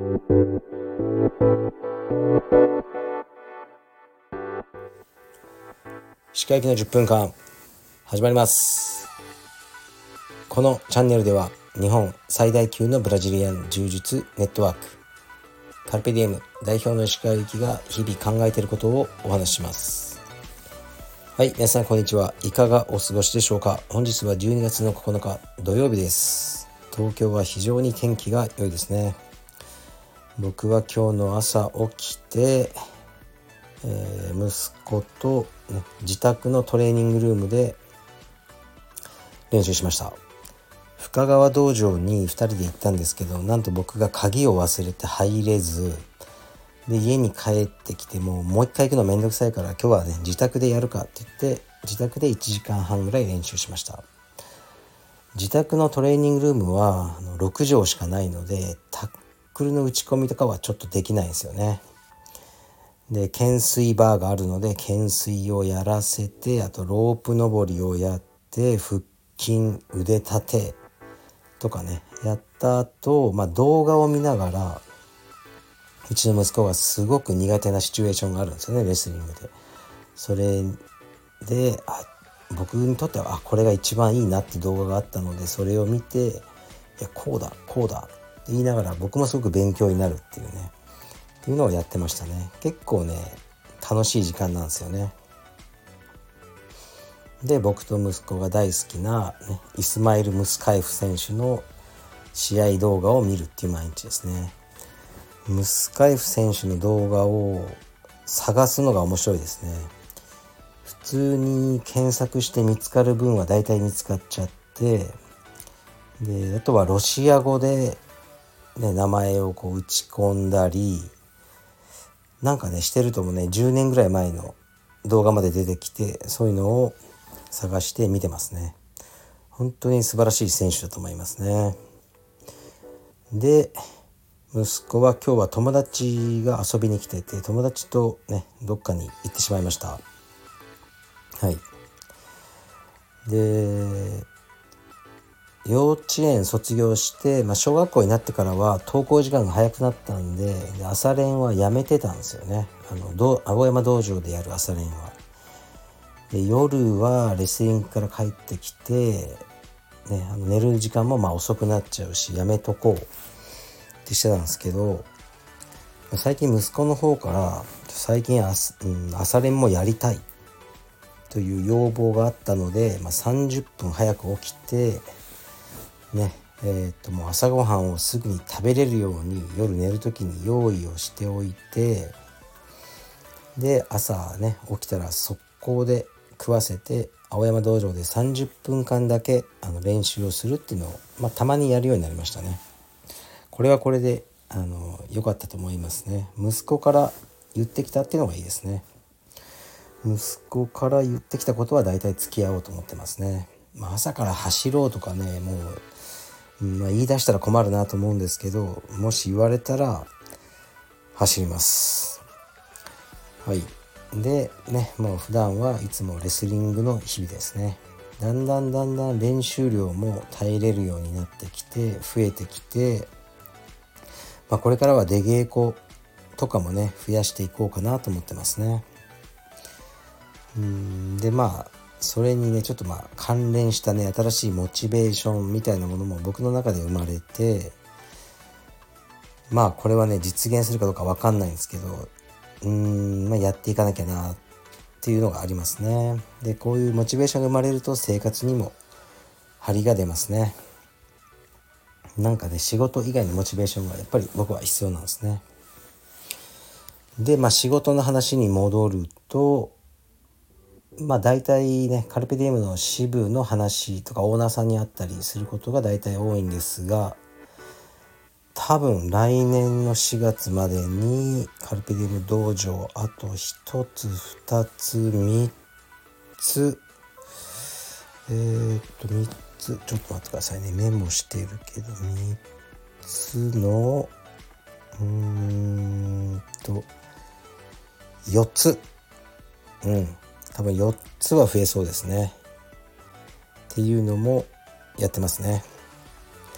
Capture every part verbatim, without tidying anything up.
歯科医のじゅっぷんかん始まります。このチャンネルでは日本最大級のブラジリアン柔術ネットワークカルペディエム代表の歯科医が日々考えていることをお話しします。はい、皆さんこんにちは。いかがお過ごしでしょうか。本日はじゅうにがつのここのか土曜日です。東京は非常に天気が良いですね。僕は今日の朝起きて、えー、息子と、ね、自宅のトレーニングルームで練習しました。深川道場にふたりで行ったんですけど、なんと僕が鍵を忘れて入れずで、家に帰ってきてももう一回行くのめんどくさいから今日はね自宅でやるかって言って自宅でいちじかんはんぐらい練習しました。自宅のトレーニングルームはろくじょうしかないのでタックルの打ち込みとかはちょっとできないんですよね。で懸垂バーがあるので懸垂をやらせて、あとロープ登りをやって腹筋腕立てとかねやった後、まあ、動画を見ながら、うちの息子がすごく苦手なシチュエーションがあるんですよね、レスリングで。それであ僕にとってはあこれが一番いいなって動画があったので、それを見て、いやこうだこうだって言いながら僕もすごく勉強になるっていうねっていうのをやってましたね。結構ね楽しい時間なんですよね。で僕と息子が大好きな、ね、イスマイル・ムスカエフ選手の試合動画を見るっていう毎日ですね。ムスカエフ選手の動画を探すのが面白いですね。普通に検索して見つかる分は大体見つかっちゃって、であとはロシア語で、ね、名前をこう打ち込んだりなんかねしてるともねじゅうねんぐらい前の動画まで出てきて、そういうのを探して見てますね。本当に素晴らしい選手だと思いますね。で息子は今日は友達が遊びに来てて、友達とねどっかに行ってしまいました。はいで幼稚園卒業して、まあ、小学校になってからは登校時間が早くなったんで、で朝練はやめてたんですよね。あのど青山道場でやる朝練は。で夜はレスリングから帰ってきて、ね、あの寝る時間もまあ遅くなっちゃうしやめとこうってしてたんですけど、最近息子の方から最近朝、うん、朝練もやりたいという要望があったので、まあ、さんじゅっぷん早く起きてねえー、っともう朝ごはんをすぐに食べれるように夜寝る時に用意をしておいて、で朝ね起きたら速攻で食わせて青山道場でさんじゅっぷんかんだけあの練習をするっていうのを、まあ、たまにやるようになりましたね。これはこれであの良かったと思いますね。息子から言ってきたっていうのがいいですね。息子から言ってきたことはだいたい付き合おうと思ってますね。まあ、朝から走ろうとかねもう、まあ、言い出したら困るなと思うんですけど、もし言われたら走ります。はいでねもう普段はいつもレスリングの日々ですね。だんだんだんだん練習量も耐えれるようになってきて増えてきて、まあ、これからは出稽古とかもね増やしていこうかなと思ってますね。うんでまあそれにねちょっとまあ関連したね新しいモチベーションみたいなものも僕の中で生まれて、まあこれはね実現するかどうか分かんないんですけど、うーん、まあ、やっていかなきゃなっていうのがありますね。でこういうモチベーションが生まれると生活にも張りが出ますね。なんかね仕事以外のモチベーションがやっぱり僕は必要なんですね。でまあ仕事の話に戻ると、まあ大体ねカルペディエムの支部の話とかオーナーさんに会ったりすることが大体多いんですが、多分来年のしがつまでにカルペディエム道場あとひとつふたつみっつえー、っとみっつちょっと待ってくださいね、メモしてるけどみっつのうーんとよっつうん多分よっつは増えそうですねっていうのもやってますね。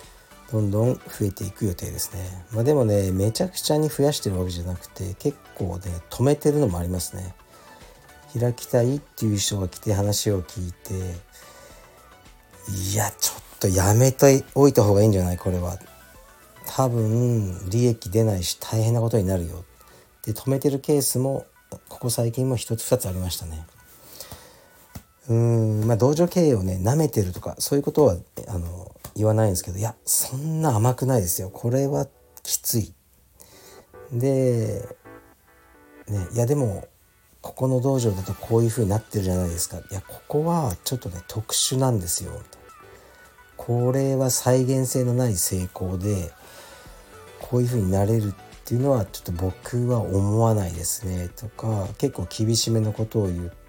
どんどん増えていく予定ですね。まあでもね、めちゃくちゃに増やしてるわけじゃなくて、結構ね止めてるのもありますね。開きたいっていう人が来て話を聞いて、いやちょっとやめておいた方がいいんじゃない、これは多分利益出ないし大変なことになるよで止めてるケースもここ最近も一つ二つありましたね。うーんまあ道場経営をね舐めてるとかそういうことはあの言わないんですけど、いやそんな甘くないですよ、これはきついでね。いやでもここの道場だとこういう風になってるじゃないですか。いやここはちょっとね特殊なんですよ。これは再現性のない成功でこういう風になれるっていうのはちょっと僕は思わないですねとか、結構厳しめのことを言って、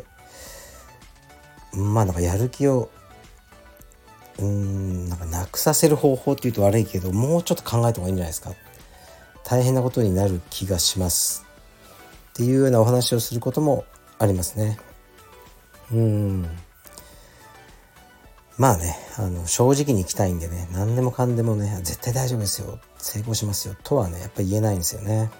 まあなんかやる気をうーんなんかなくさせる方法っていうと悪いけど、もうちょっと考えた方がいいんじゃないですか、大変なことになる気がしますっていうようなお話をすることもありますね。うーんまあね、あの正直に行きたいんでね、何でもかんでもね絶対大丈夫ですよ、成功しますよとはねやっぱり言えないんですよね。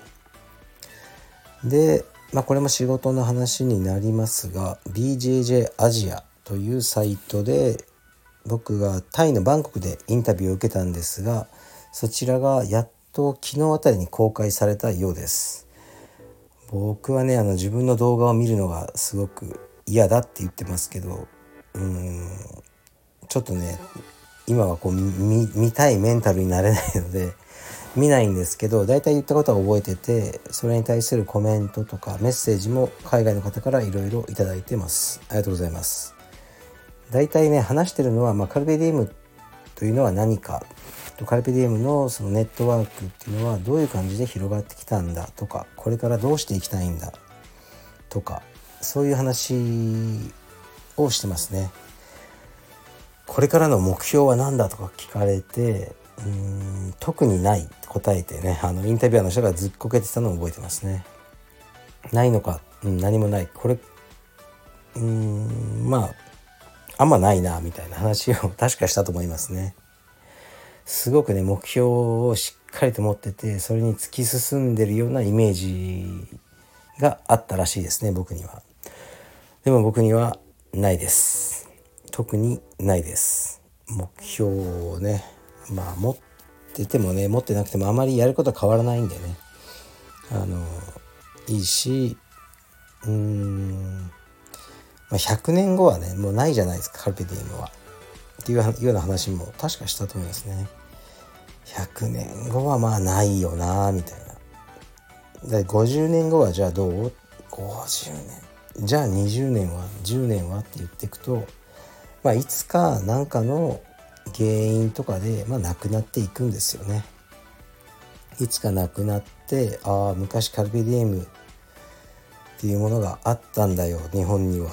で、まあこれも仕事の話になりますが、 ビージェージェー アジアというサイトで僕がタイのバンコクでインタビューを受けたんですが、そちらがやっと昨日あたりに公開されたようです。僕はねあの自分の動画を見るのがすごく嫌だって言ってますけど、うーんちょっとね今はこう 見, 見たいメンタルになれないので見ないんですけど、だいたい言ったことは覚えてて、それに対するコメントとかメッセージも海外の方からいろいろいただいてます。ありがとうございます。だいたいね話してるのは、まあ、カルペディエムというのは何か、カルペディエムのそのネットワークっていうのはどういう感じで広がってきたんだとか、これからどうしていきたいんだとか、そういう話をしてますね。これからの目標は何だとか聞かれて、うーん特にない答えてね、あのインタビュアーの人がずっこけてたのを覚えてますね。ないのか、うん、何もない、これうーんまああんまないなみたいな話を確かしたと思いますね。すごくね目標をしっかりと持ってて、それに突き進んでるようなイメージがあったらしいですね、僕には。でも僕にはないです、特にないです。目標をねまあ持っててもね持ってなくてもあまりやることは変わらないんでね、あのいいし、うーん、まあ、ひゃくねんごはねもうないじゃないですか、カルペディエムはっていうような話も確かしたと思いますね。ひゃくねんごはまあないよなみたいな。でごじゅうねんごはじゃあどう、ごじゅうねんじゃあにじゅうねんはじゅうねんはって言っていくと、まあ、いつか何かの原因とかで、まあ、なくなっていくんですよね。いつかなくなって、ああ昔カルペディエムっていうものがあったんだよ日本にはって、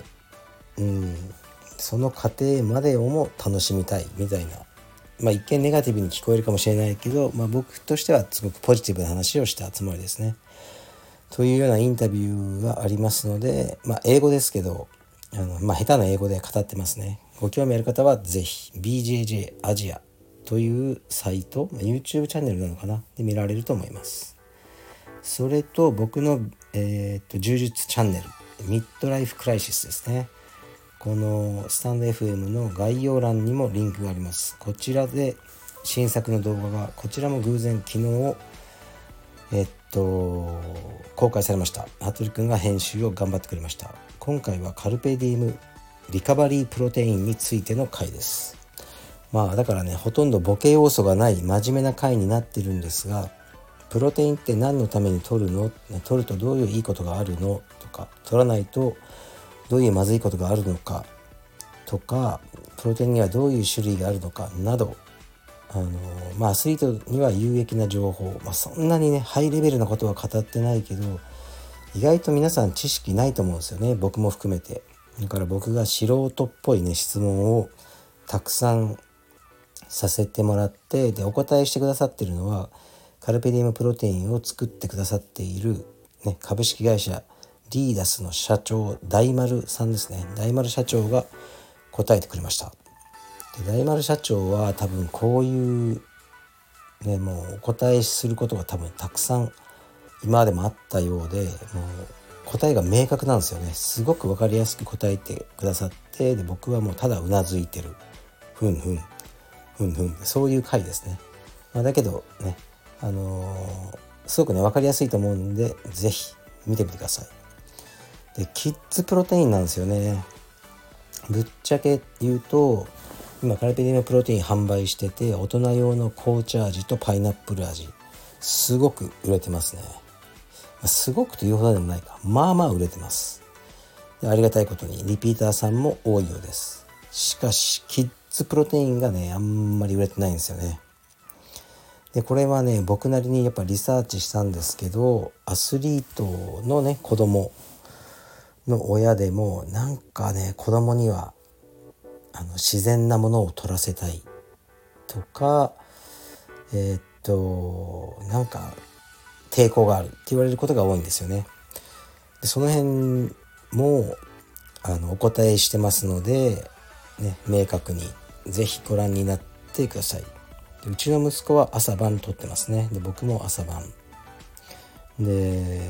うん、その過程までをも楽しみたいみたいな、まあ一見ネガティブに聞こえるかもしれないけど、まあ、僕としてはすごくポジティブな話をしたつもりですね。というようなインタビューがありますので、まあ英語ですけど、あのまあ下手な英語で語ってますね。ご興味ある方はぜひ ビージェージェー アジアというサイト、まあ、YouTube チャンネルなのかなで見られると思います。それと僕の、えー、っと柔術チャンネルミッドライフクライシスですね。このスタンド エフエム の概要欄にもリンクがあります。こちらで新作の動画がこちらも偶然昨日えっと公開されました。服部くんが編集を頑張ってくれました。今回はカルペディウムリカバリープロテインについての回です。まあだからねほとんどボケ要素がない真面目な回になってるんですが、プロテインって何のために取るの、取るとどういういいことがあるのとか、取らないとどういうまずいことがあるのかとか、プロテインにはどういう種類があるのかなど、あのまあアスリートには有益な情報、まあ、そんなにねハイレベルなことは語ってないけど、意外と皆さん知識ないと思うんですよね、僕も含めて。だから僕が素人っぽいね質問をたくさんさせてもらって、でお答えしてくださってるのはカルペディウムプロテインを作ってくださっている、ね、株式会社リーダスの社長大丸さんですね。大丸社長が答えてくれました。 で大丸社長は多分こういうねもうお答えすることが多分たくさん今までもあったようで、もう答えが明確なんですよね。すごく分かりやすく答えてくださって、で僕はもうただうなずいてる、ふんふんふんふん、そういう回ですね。まあ、だけどね、あのー、すごくね分かりやすいと思うんで、ぜひ見てみてください。でキッズプロテインなんですよね。ぶっちゃけ言うと今カルペディウムプロテイン販売してて、大人用の紅茶味とパイナップル味すごく売れてますね。すごくというほどでもないか、まあまあ売れてます。でありがたいことにリピーターさんも多いようです。しかしキッズプロテインがねあんまり売れてないんですよね。でこれはね僕なりにやっぱリサーチしたんですけど、アスリートのね子供の親でもなんかね子供にはあの自然なものを取らせたいとか、えー、っとなんか抵抗があるって言われることが多いんですよね。でその辺もあのお答えしてますので、ね、明確にぜひご覧になってください。でうちの息子は朝晩取ってますね。で僕も朝晩で、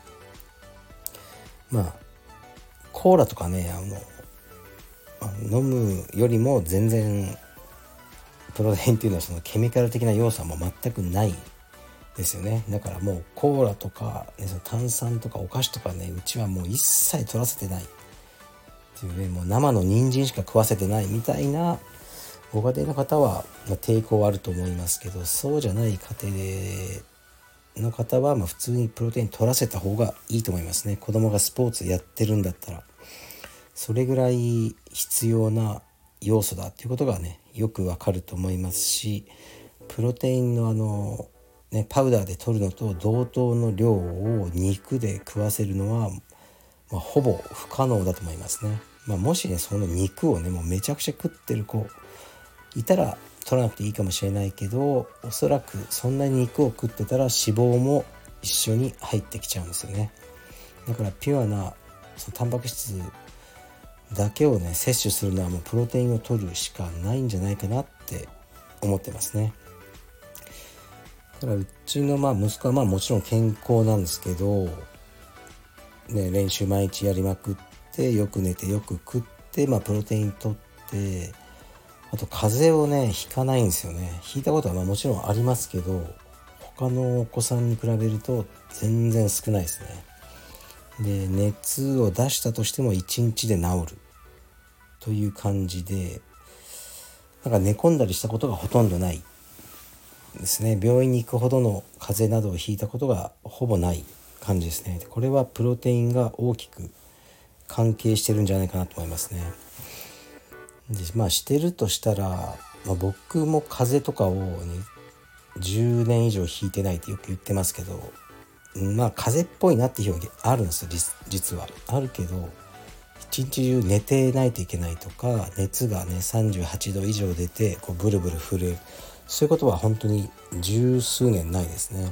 まあコーラとかねあの飲むよりも全然プロテインっていうのはそのケミカル的な要素も全くないですよね。だからもうコーラとか、ね、その炭酸とかお菓子とかねうちはもう一切取らせてないっていうね、もう生の人参しか食わせてないみたいなご家庭の方は、まあ、抵抗はあると思いますけど、そうじゃない家庭の方はまあ普通にプロテイン取らせた方がいいと思いますね。子供がスポーツやってるんだったらそれぐらい必要な要素だっていうことがねよくわかると思いますし、プロテインのあのねパウダーで取るのと同等の量を肉で食わせるのは、まあ、ほぼ不可能だと思いますね。まあ、もしねその肉をねもうめちゃくちゃ食ってる子いたら取らなくていいかもしれないけど、おそらくそんなに肉を食ってたら脂肪も一緒に入ってきちゃうんですよね。だからピュアなそのタンパク質だけをね摂取するのはもうプロテインを取るしかないんじゃないかなって思ってますね。だからうちのまあ息子はまあもちろん健康なんですけど、ね、練習毎日やりまくってよく寝てよく食って、まあ、プロテイン取って、あと風邪をねひかないんですよね。ひいたことはまあもちろんありますけど、他のお子さんに比べると全然少ないですね。で熱を出したとしてもいちにちで治るという感じで、なんか寝込んだりしたことがほとんどないですね。病院に行くほどの風邪などをひいたことがほぼない感じですね。これはプロテインが大きく関係してるんじゃないかなと思いますね。でまあしてるとしたら、まあ、僕も風邪とかを、ね、じゅうねん以上ひいてないってよく言ってますけど、まあ風邪っぽいなっていう表現あるんですよ。実はあるけど一日中寝てないといけないとか、熱がねさんじゅうはちど以上出てこうブルブル震える、そういうことは本当に十数年ないですね。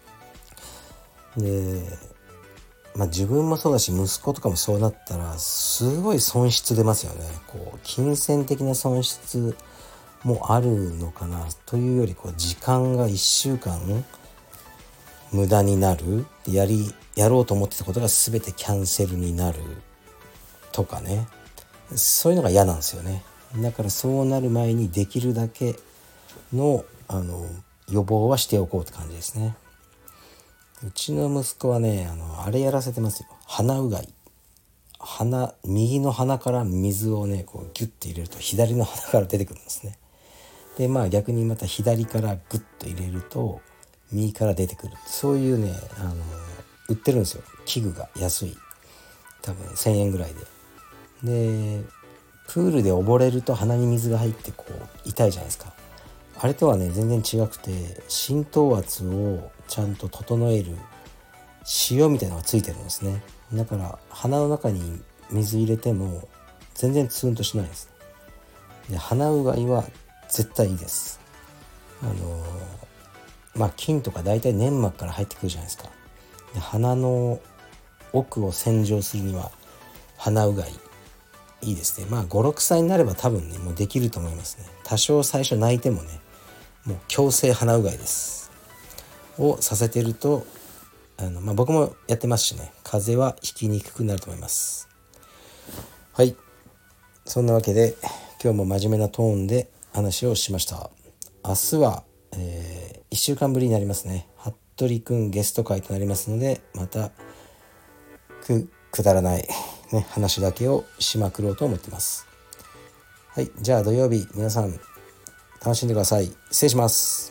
でまあ自分もそうだし息子とかもそうなったらすごい損失出ますよね。こう金銭的な損失もあるのかなというより、こう時間がいっしゅうかん無駄になる、やりやろうと思ってたことが全てキャンセルになるとかね、そういうのが嫌なんですよね。だからそうなる前にできるだけのあの予防はしておこうって感じですね。うちの息子はねあのあれやらせてますよ。鼻うがい。鼻右の鼻から水をねこうギュッて入れると左の鼻から出てくるんですね。でまあ逆にまた左からグッと入れると右から出てくる、そういうねあの売ってるんですよ。器具が安い、多分せんえんぐらいで。でプールで溺れると鼻に水が入ってこう痛いじゃないですか。あれとはね全然違くて、浸透圧をちゃんと整える塩みたいなのがついてるんですね。だから鼻の中に水入れても全然ツーンとしないです。で鼻うがいは絶対いいです。あのまあ菌とか大体粘膜から入ってくるじゃないですか。で鼻の奥を洗浄するには鼻うがいいいですね。まあご、ろくさいになれば多分ねもうできると思いますね。多少最初泣いてもね、もう強制鼻うがいですをさせてると、あの、まあ、僕もやってますしね、風邪はひきにくくなると思います。はい、そんなわけで今日も真面目なトーンで話をしました。明日は、えー、いっしゅうかんぶりになりますね。服部くんゲスト会となりますので、またくくだらない、ね、話だけをしまくろうと思ってます。はい、じゃあ土曜日皆さん楽しんでください。失礼します。